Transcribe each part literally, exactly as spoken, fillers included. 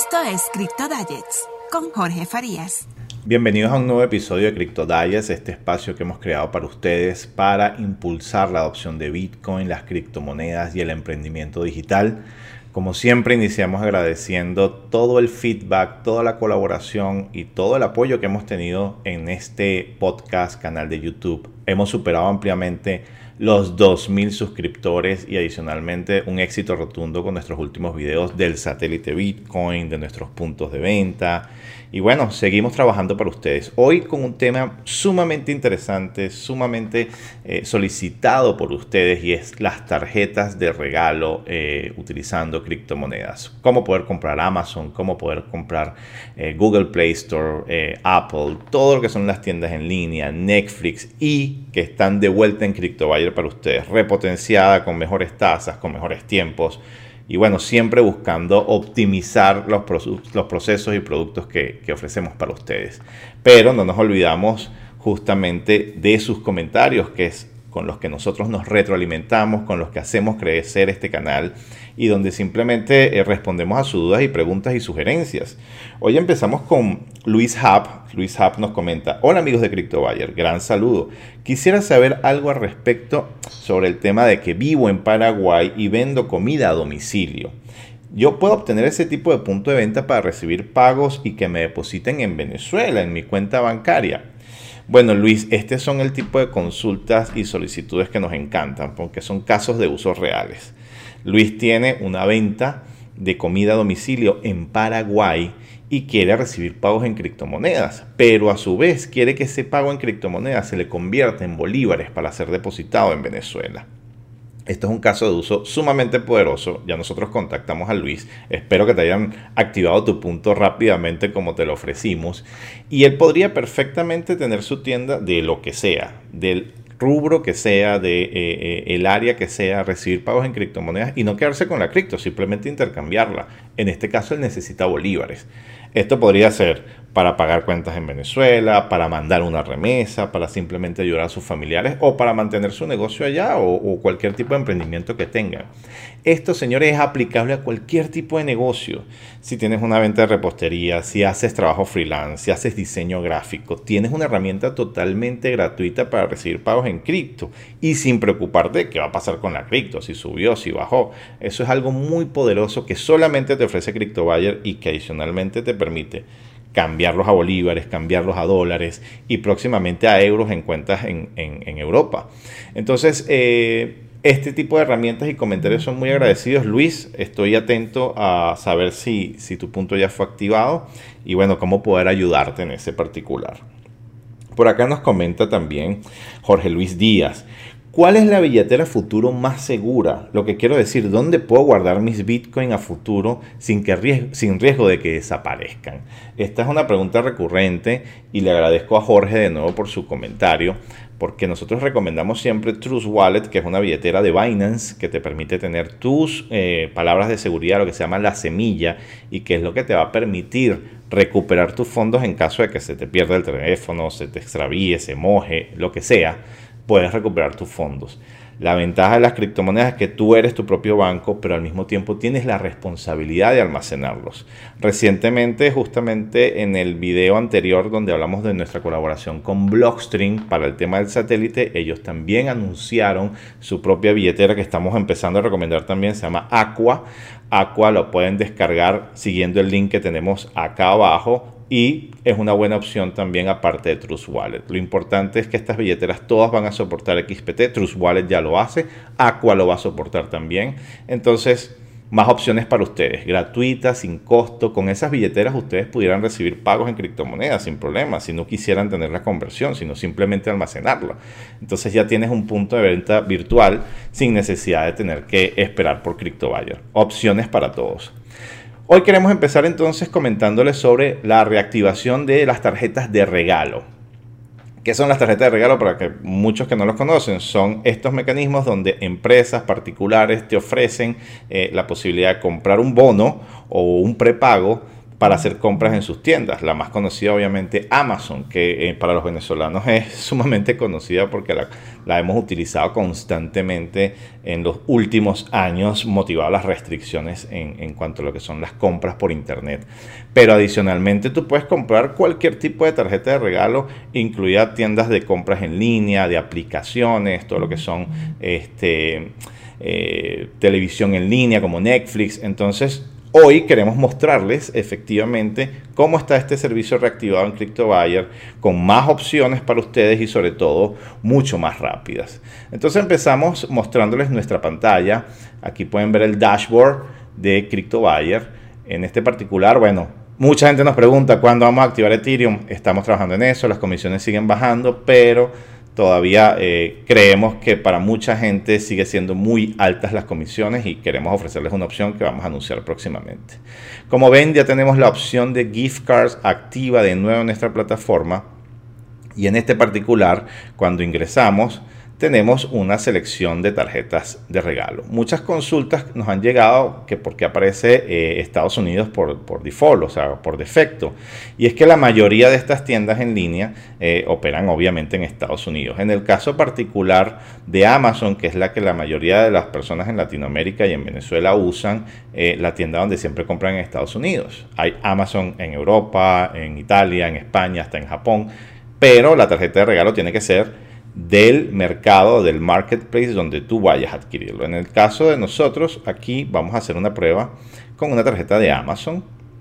Esto es Crypto Digest con Jorge Farías. Bienvenidos a un nuevo episodio de Crypto Digest, este espacio que hemos creado para ustedes para impulsar la adopción de Bitcoin, las criptomonedas y el emprendimiento digital. Como siempre, iniciamos agradeciendo todo el feedback, toda la colaboración y todo el apoyo que hemos tenido en este podcast, canal de YouTube. Hemos superado ampliamente los dos mil suscriptores y adicionalmente un éxito rotundo con nuestros últimos videos del satélite Bitcoin, de nuestros puntos de venta. Y bueno, seguimos trabajando para ustedes. Hoy con un tema sumamente interesante, sumamente eh, solicitado por ustedes, y es las tarjetas de regalo eh, utilizando criptomonedas. Cómo poder comprar Amazon, cómo poder comprar eh, Google Play Store, eh, Apple, todo lo que son las tiendas en línea, Netflix, y que están de vuelta en Crypto Buyer para ustedes, repotenciada con mejores tasas, con mejores tiempos. Y bueno, siempre buscando optimizar los, los procesos y productos que, que ofrecemos para ustedes. Pero no nos olvidamos justamente de sus comentarios, que es con los que nosotros nos retroalimentamos, con los que hacemos crecer este canal y donde simplemente eh, respondemos a sus dudas y preguntas y sugerencias. Hoy empezamos con Luis Hub. Luis Hub nos comenta: hola amigos de Crypto Buyer, gran saludo. Quisiera saber algo al respecto sobre el tema de que vivo en Paraguay y vendo comida a domicilio. ¿Yo puedo obtener ese tipo de punto de venta para recibir pagos y que me depositen en Venezuela, en mi cuenta bancaria? Bueno, Luis, estos son el tipo de consultas y solicitudes que nos encantan porque son casos de usos reales. Luis tiene una venta de comida a domicilio en Paraguay y quiere recibir pagos en criptomonedas, pero a su vez quiere que ese pago en criptomonedas se le convierta en bolívares para ser depositado en Venezuela. Esto es un caso de uso sumamente poderoso. Ya nosotros contactamos a Luis. Espero que te hayan activado tu punto rápidamente como te lo ofrecimos. Y él podría perfectamente tener su tienda de lo que sea, del rubro que sea, de eh, eh, el área que sea, recibir pagos en criptomonedas y no quedarse con la cripto, simplemente intercambiarla. En este caso él necesita bolívares. Esto podría ser para pagar cuentas en Venezuela, para mandar una remesa, para simplemente ayudar a sus familiares o para mantener su negocio allá o, o cualquier tipo de emprendimiento que tengan. Esto, señores, es aplicable a cualquier tipo de negocio. Si tienes una venta de repostería, si haces trabajo freelance, si haces diseño gráfico, tienes una herramienta totalmente gratuita para recibir pagos en cripto y sin preocuparte de qué va a pasar con la cripto, si subió, si bajó. Eso es algo muy poderoso que solamente te ofrece Crypto Buyer y que adicionalmente te permite cambiarlos a bolívares, cambiarlos a dólares y próximamente a euros en cuentas en, en, en Europa. Entonces, eh, este tipo de herramientas y comentarios son muy agradecidos. Luis, estoy atento a saber si, si tu punto ya fue activado y bueno, cómo poder ayudarte en ese particular. Por acá nos comenta también Jorge Luis Díaz: ¿cuál es la billetera futuro más segura? Lo que quiero decir, ¿dónde puedo guardar mis Bitcoin a futuro sin, que riesgo, sin riesgo de que desaparezcan? Esta es una pregunta recurrente y le agradezco a Jorge de nuevo por su comentario, porque nosotros recomendamos siempre Trust Wallet, que es una billetera de Binance que te permite tener tus eh, palabras de seguridad, lo que se llama la semilla, y que es lo que te va a permitir recuperar tus fondos en caso de que se te pierda el teléfono, se te extravíe, se moje, lo que sea. Puedes recuperar tus fondos. La ventaja de las criptomonedas es que tú eres tu propio banco, pero al mismo tiempo tienes la responsabilidad de almacenarlos. Recientemente, justamente en el video anterior donde hablamos de nuestra colaboración con Blockstream para el tema del satélite, ellos también anunciaron su propia billetera que estamos empezando a recomendar también, se llama Aqua. Aqua lo pueden descargar siguiendo el link que tenemos acá abajo. Y es una buena opción también aparte de Trust Wallet. Lo importante es que estas billeteras todas van a soportar X P T. Trust Wallet ya lo hace. Aqua lo va a soportar también. Entonces, más opciones para ustedes. Gratuitas, sin costo. Con esas billeteras ustedes pudieran recibir pagos en criptomonedas sin problema. Si no quisieran tener la conversión, sino simplemente almacenarla. Entonces ya tienes un punto de venta virtual sin necesidad de tener que esperar por Crypto Buyer. Opciones para todos. Hoy queremos empezar entonces comentándoles sobre la reactivación de las tarjetas de regalo. ¿Qué son las tarjetas de regalo? Para que muchos que no los conocen, son estos mecanismos donde empresas particulares te ofrecen eh, la posibilidad de comprar un bono o un prepago para hacer compras en sus tiendas. La más conocida obviamente Amazon, que eh, para los venezolanos es sumamente conocida porque la, la hemos utilizado constantemente en los últimos años, motivado a las restricciones en, en cuanto a lo que son las compras por internet. Pero adicionalmente tú puedes comprar cualquier tipo de tarjeta de regalo, incluida tiendas de compras en línea, de aplicaciones, todo lo que son este, eh, televisión en línea como Netflix. Entonces, hoy queremos mostrarles efectivamente cómo está este servicio reactivado en CryptoBuyer con más opciones para ustedes y sobre todo mucho más rápidas. Entonces empezamos mostrándoles nuestra pantalla. Aquí pueden ver el dashboard de CryptoBuyer. En este particular, bueno, mucha gente nos pregunta cuándo vamos a activar Ethereum. Estamos trabajando en eso, las comisiones siguen bajando, pero todavía eh, creemos que para mucha gente sigue siendo muy altas las comisiones y queremos ofrecerles una opción que vamos a anunciar próximamente. Como ven, ya tenemos la opción de gift cards activa de nuevo en nuestra plataforma y en este particular, cuando ingresamos, tenemos una selección de tarjetas de regalo. Muchas consultas nos han llegado que por qué aparece eh, Estados Unidos por, por default, o sea, por defecto. Y es que la mayoría de estas tiendas en línea eh, operan obviamente en Estados Unidos. En el caso particular de Amazon, que es la que la mayoría de las personas en Latinoamérica y en Venezuela usan, eh, la tienda donde siempre compran en Estados Unidos. Hay Amazon en Europa, en Italia, en España, hasta en Japón. Pero la tarjeta de regalo tiene que ser del mercado, del marketplace donde tú vayas a adquirirlo. En el caso de nosotros, aquí vamos a hacer una prueba con una tarjeta de Amazon.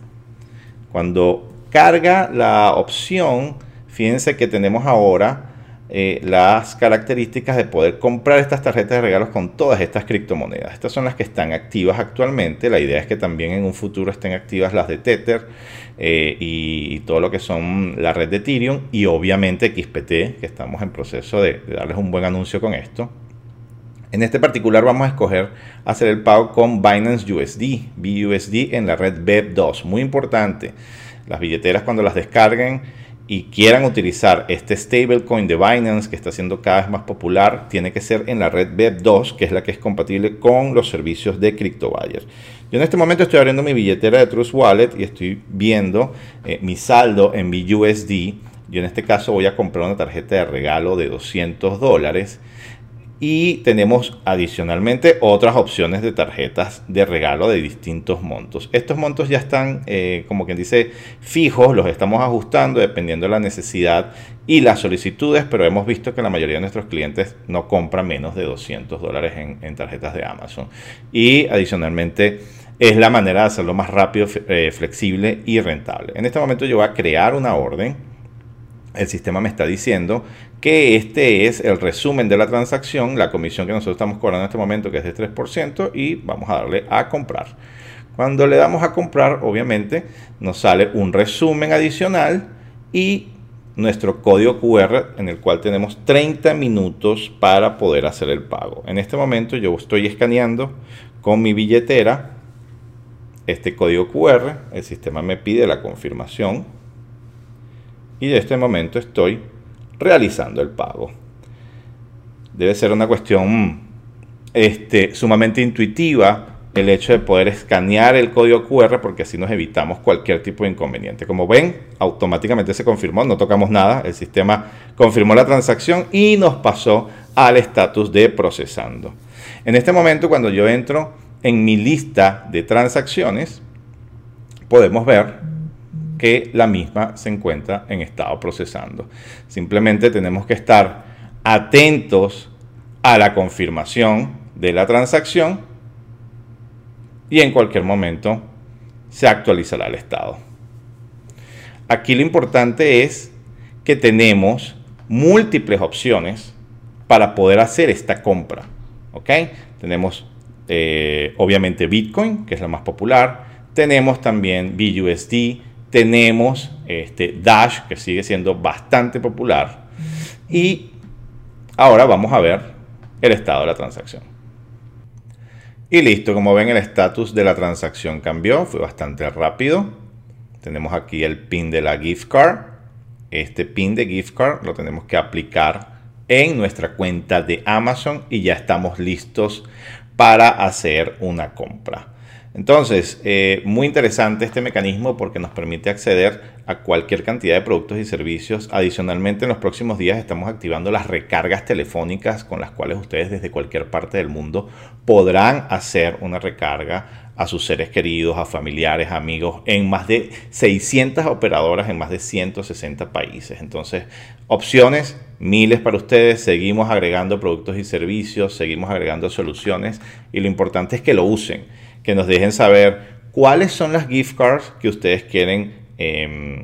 Cuando carga la opción, fíjense que tenemos ahora eh, las características de poder comprar estas tarjetas de regalos con todas estas criptomonedas. Estas son las que están activas actualmente. La idea es que también en un futuro estén activas las de Tether eh, y, y todo lo que son la red de Ethereum y obviamente X P T, que estamos en proceso de, de darles un buen anuncio con esto. En este particular vamos a escoger hacer el pago con Binance U S D, B U S D en la red B E P dos. Muy importante, las billeteras cuando las descarguen y quieran utilizar este stablecoin de Binance que está siendo cada vez más popular, tiene que ser en la red B E P dos, que es la que es compatible con los servicios de CryptoBuyer. Yo en este momento estoy abriendo mi billetera de Trust Wallet y estoy viendo eh, mi saldo en B U S D. Yo en este caso voy a comprar una tarjeta de regalo de doscientos dólares. Y tenemos adicionalmente otras opciones de tarjetas de regalo de distintos montos. Estos montos ya están, eh, como quien dice, fijos, los estamos ajustando dependiendo de la necesidad y las solicitudes, pero hemos visto que la mayoría de nuestros clientes no compran menos de doscientos dólares en, en tarjetas de Amazon. Y adicionalmente es la manera de hacerlo más rápido, eh, flexible y rentable. En este momento yo voy a crear una orden. El sistema me está diciendo que este es el resumen de la transacción, la comisión que nosotros estamos cobrando en este momento, que es de tres por ciento, y vamos a darle a comprar. Cuando le damos a comprar, obviamente, nos sale un resumen adicional y nuestro código Q R en el cual tenemos treinta minutos para poder hacer el pago. En este momento yo estoy escaneando con mi billetera este código Q R, el sistema me pide la confirmación y en este momento estoy realizando el pago. Debe ser una cuestión este, sumamente intuitiva el hecho de poder escanear el código Q R, porque así nos evitamos cualquier tipo de inconveniente. Como ven, automáticamente se confirmó, no tocamos nada, el sistema confirmó la transacción y nos pasó al estatus de procesando. En este momento, cuando yo entro en mi lista de transacciones, podemos ver que la misma se encuentra en estado procesando. Simplemente tenemos que estar atentos a la confirmación de la transacción y en cualquier momento se actualizará el estado. Aquí lo importante es que tenemos múltiples opciones para poder hacer esta compra. ¿Ok? Tenemos eh, obviamente Bitcoin, que es la más popular. Tenemos también B U S D. Tenemos este Dash, que sigue siendo bastante popular. Y ahora vamos a ver el estado de la transacción. Y listo, como ven, el estatus de la transacción cambió, fue bastante rápido. Tenemos aquí el pin de la gift card. Este pin de gift card lo tenemos que aplicar en nuestra cuenta de Amazon y ya estamos listos para hacer una compra. Entonces, eh, muy interesante este mecanismo porque nos permite acceder a cualquier cantidad de productos y servicios. Adicionalmente, en los próximos días estamos activando las recargas telefónicas con las cuales ustedes desde cualquier parte del mundo podrán hacer una recarga a sus seres queridos, a familiares, amigos, en más de seiscientas operadoras en más de ciento sesenta países. Entonces, opciones, miles para ustedes. Seguimos agregando productos y servicios, seguimos agregando soluciones y lo importante es que lo usen, que nos dejen saber cuáles son las gift cards que ustedes quieren eh,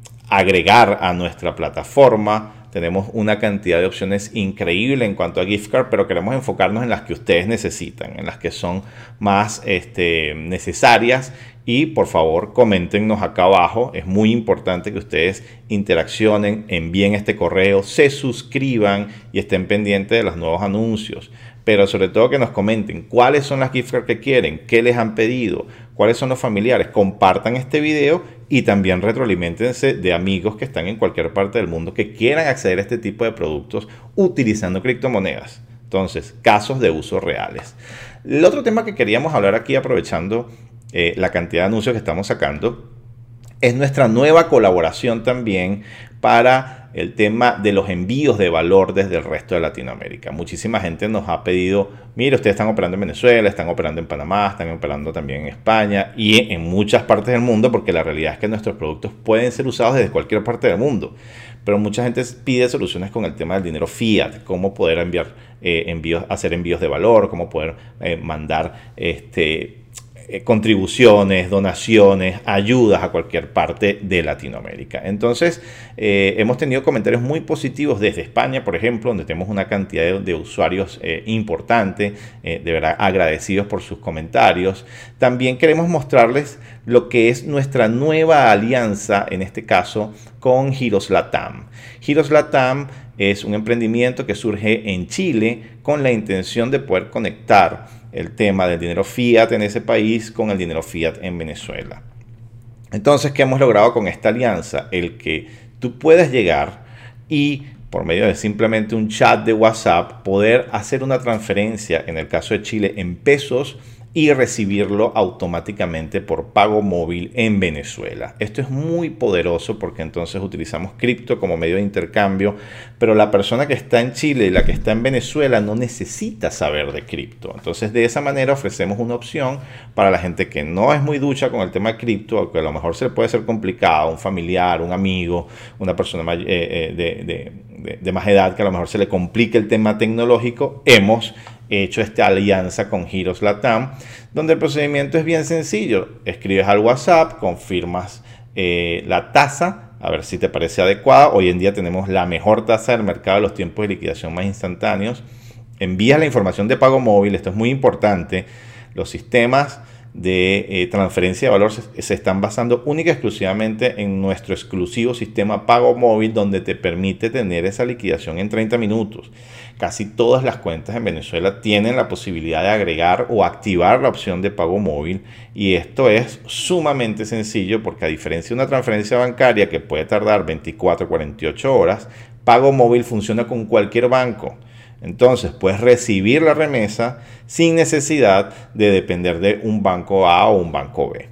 agregar a nuestra plataforma. Tenemos una cantidad de opciones increíble en cuanto a gift card, pero queremos enfocarnos en las que ustedes necesitan, en las que son más este, necesarias. Y por favor, coméntenos acá abajo. Es muy importante que ustedes interaccionen, envíen este correo, se suscriban y estén pendientes de los nuevos anuncios. Pero sobre todo que nos comenten cuáles son las gift cards que quieren, qué les han pedido, cuáles son los familiares. Compartan este video y también retroaliméntense de amigos que están en cualquier parte del mundo que quieran acceder a este tipo de productos utilizando criptomonedas. Entonces, casos de uso reales. El otro tema que queríamos hablar aquí, aprovechando eh, la cantidad de anuncios que estamos sacando, es nuestra nueva colaboración también para el tema de los envíos de valor desde el resto de Latinoamérica. Muchísima gente nos ha pedido, mire, ustedes están operando en Venezuela, están operando en Panamá, están operando también en España y en muchas partes del mundo, porque la realidad es que nuestros productos pueden ser usados desde cualquier parte del mundo. Pero mucha gente pide soluciones con el tema del dinero fiat, cómo poder enviar eh, envíos, hacer envíos de valor, cómo poder eh, mandar este contribuciones, donaciones, ayudas a cualquier parte de Latinoamérica. Entonces, eh, hemos tenido comentarios muy positivos desde España, por ejemplo, donde tenemos una cantidad de, de usuarios eh, importante, eh, de verdad agradecidos por sus comentarios. También queremos mostrarles lo que es nuestra nueva alianza, en este caso, con Giros Latam. Giros Latam es un emprendimiento que surge en Chile con la intención de poder conectar el tema del dinero fiat en ese país con el dinero fiat en Venezuela. Entonces, ¿qué hemos logrado con esta alianza? El que tú puedas llegar y por medio de simplemente un chat de WhatsApp poder hacer una transferencia, en el caso de Chile, en pesos y recibirlo automáticamente por pago móvil en Venezuela. Esto es muy poderoso porque entonces utilizamos cripto como medio de intercambio, pero la persona que está en Chile y la que está en Venezuela no necesita saber de cripto. Entonces, de esa manera ofrecemos una opción para la gente que no es muy ducha con el tema de cripto, o que a lo mejor se le puede ser complicado, un familiar, un amigo, una persona may- eh, de, de, de, de más edad que a lo mejor se le complique el tema tecnológico. Hemos hecho esta alianza con Giros Latam, donde el procedimiento es bien sencillo. Escribes al WhatsApp, confirmas eh, la tasa, a ver si te parece adecuada. Hoy en día tenemos la mejor tasa del mercado de los tiempos de liquidación más instantáneos. Envías la información de pago móvil, esto es muy importante. Los sistemas de eh, transferencia de valor se, se están basando única y exclusivamente en nuestro exclusivo sistema pago móvil, donde te permite tener esa liquidación en treinta minutos. Casi todas las cuentas en Venezuela tienen la posibilidad de agregar o activar la opción de pago móvil, y esto es sumamente sencillo porque, a diferencia de una transferencia bancaria que puede tardar veinticuatro a cuarenta y ocho horas, pago móvil funciona con cualquier banco. Entonces puedes recibir la remesa sin necesidad de depender de un banco A o un banco B.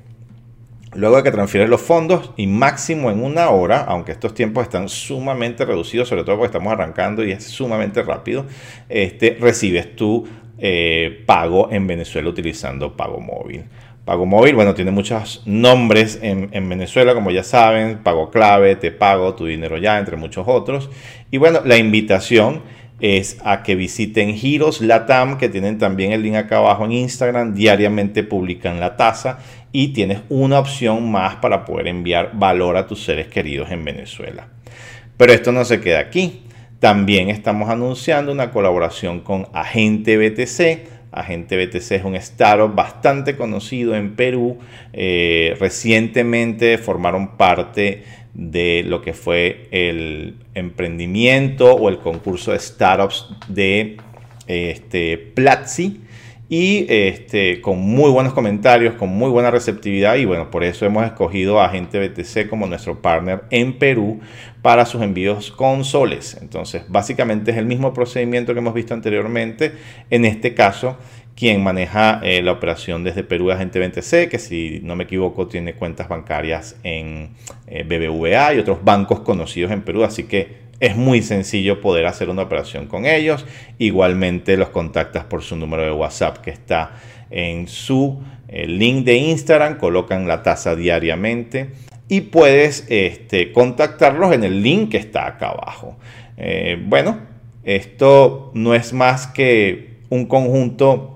Luego de que transfieres los fondos, y máximo en una hora, aunque estos tiempos están sumamente reducidos, sobre todo porque estamos arrancando y es sumamente rápido, este, recibes tu eh, pago en Venezuela utilizando pago móvil. Pago móvil, bueno, tiene muchos nombres en, en Venezuela, como ya saben: Pago Clave, Te Pago, Tu Dinero Ya, entre muchos otros. Y bueno, la invitación es a que visiten Giros Latam, que tienen también el link acá abajo en Instagram. Diariamente publican la tasa y tienes una opción más para poder enviar valor a tus seres queridos en Venezuela. Pero esto no se queda aquí. También estamos anunciando una colaboración con Agente B T C. Agente B T C es un startup bastante conocido en Perú. Eh, recientemente formaron parte de lo que fue el emprendimiento o el concurso de startups de este, Platzi, y este, con muy buenos comentarios, con muy buena receptividad, y bueno, por eso hemos escogido a Agente B T C como nuestro partner en Perú para sus envíos con soles. Entonces, básicamente es el mismo procedimiento que hemos visto anteriormente, en este caso quien maneja eh, la operación desde Perú, Agente veinte C, que si no me equivoco tiene cuentas bancarias en eh, B B V A y otros bancos conocidos en Perú, así que es muy sencillo poder hacer una operación con ellos. Igualmente los contactas por su número de WhatsApp que está en su eh, link de Instagram, colocan la tasa diariamente y puedes este, contactarlos en el link que está acá abajo. Eh, bueno, esto no es más que un conjunto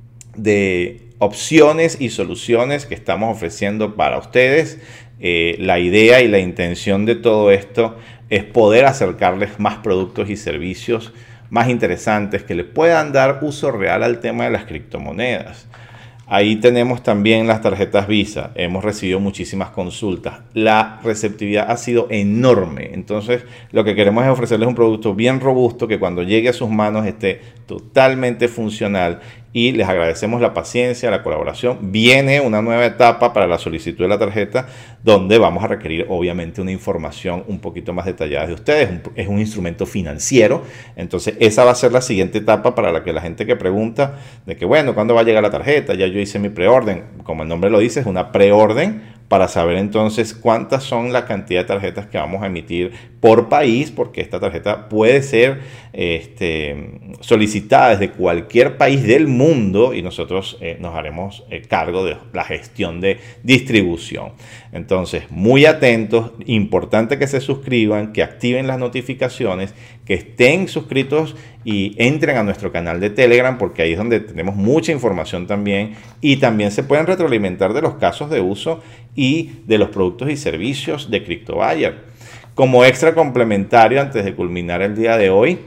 de opciones y soluciones que estamos ofreciendo para ustedes. Eh, la idea y la intención de todo esto es poder acercarles más productos y servicios más interesantes que le puedan dar uso real al tema de las criptomonedas. Ahí tenemos también las tarjetas Visa. Hemos recibido muchísimas consultas. La receptividad ha sido enorme. Entonces, lo que queremos es ofrecerles un producto bien robusto que cuando llegue a sus manos esté totalmente funcional. Y les agradecemos la paciencia, la colaboración. Viene una nueva etapa para la solicitud de la tarjeta donde vamos a requerir obviamente una información un poquito más detallada de ustedes. Es un instrumento financiero. Entonces esa va a ser la siguiente etapa para la que la gente que pregunta de que bueno, ¿cuándo va a llegar la tarjeta? Ya yo hice mi preorden. Como el nombre lo dice, es una preorden para saber entonces cuántas son la cantidad de tarjetas que vamos a emitir por país, porque esta tarjeta puede ser este, solicitada desde cualquier país del mundo y nosotros eh, nos haremos eh, cargo de la gestión de distribución. Entonces, muy atentos, importante que se suscriban, que activen las notificaciones, que estén suscritos y entren a nuestro canal de Telegram, porque ahí es donde tenemos mucha información también y también se pueden retroalimentar de los casos de uso y de los productos y servicios de CryptoBuyer. Como extra complementario, antes de culminar el día de hoy,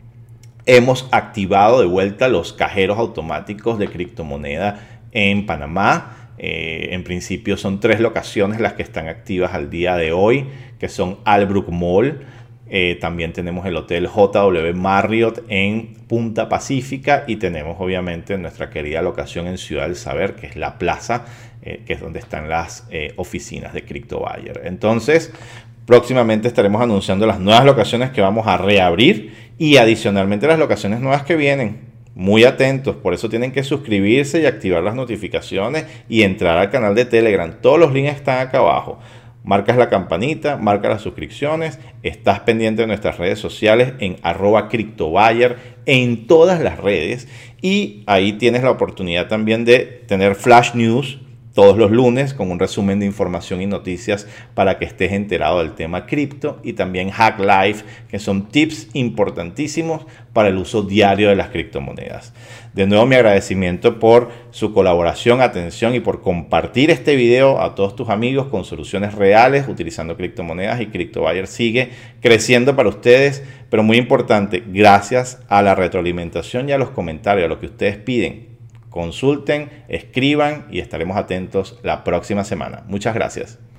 hemos activado de vuelta los cajeros automáticos de criptomoneda en Panamá. Eh, en principio son tres locaciones las que están activas al día de hoy, que son Albrook Mall. Eh, también tenemos el Hotel J W Marriott en Punta Pacífica y tenemos obviamente nuestra querida locación en Ciudad del Saber, que es la plaza, eh, que es donde están las eh, oficinas de CryptoBuyer. Entonces, próximamente estaremos anunciando las nuevas locaciones que vamos a reabrir y adicionalmente las locaciones nuevas que vienen. Muy atentos, por eso tienen que suscribirse y activar las notificaciones y entrar al canal de Telegram. Todos los links están acá abajo. Marcas la campanita, marcas las suscripciones, estás pendiente de nuestras redes sociales en arroba CryptoBuyer en todas las redes y ahí tienes la oportunidad también de tener flash news todos los lunes con un resumen de información y noticias para que estés enterado del tema cripto y también Hack Life, que son tips importantísimos para el uso diario de las criptomonedas. De nuevo mi agradecimiento por su colaboración, atención y por compartir este video a todos tus amigos con soluciones reales utilizando criptomonedas y CryptoBuyer sigue creciendo para ustedes, pero muy importante, gracias a la retroalimentación y a los comentarios, a lo que ustedes piden. Consulten, escriban y estaremos atentos la próxima semana. Muchas gracias.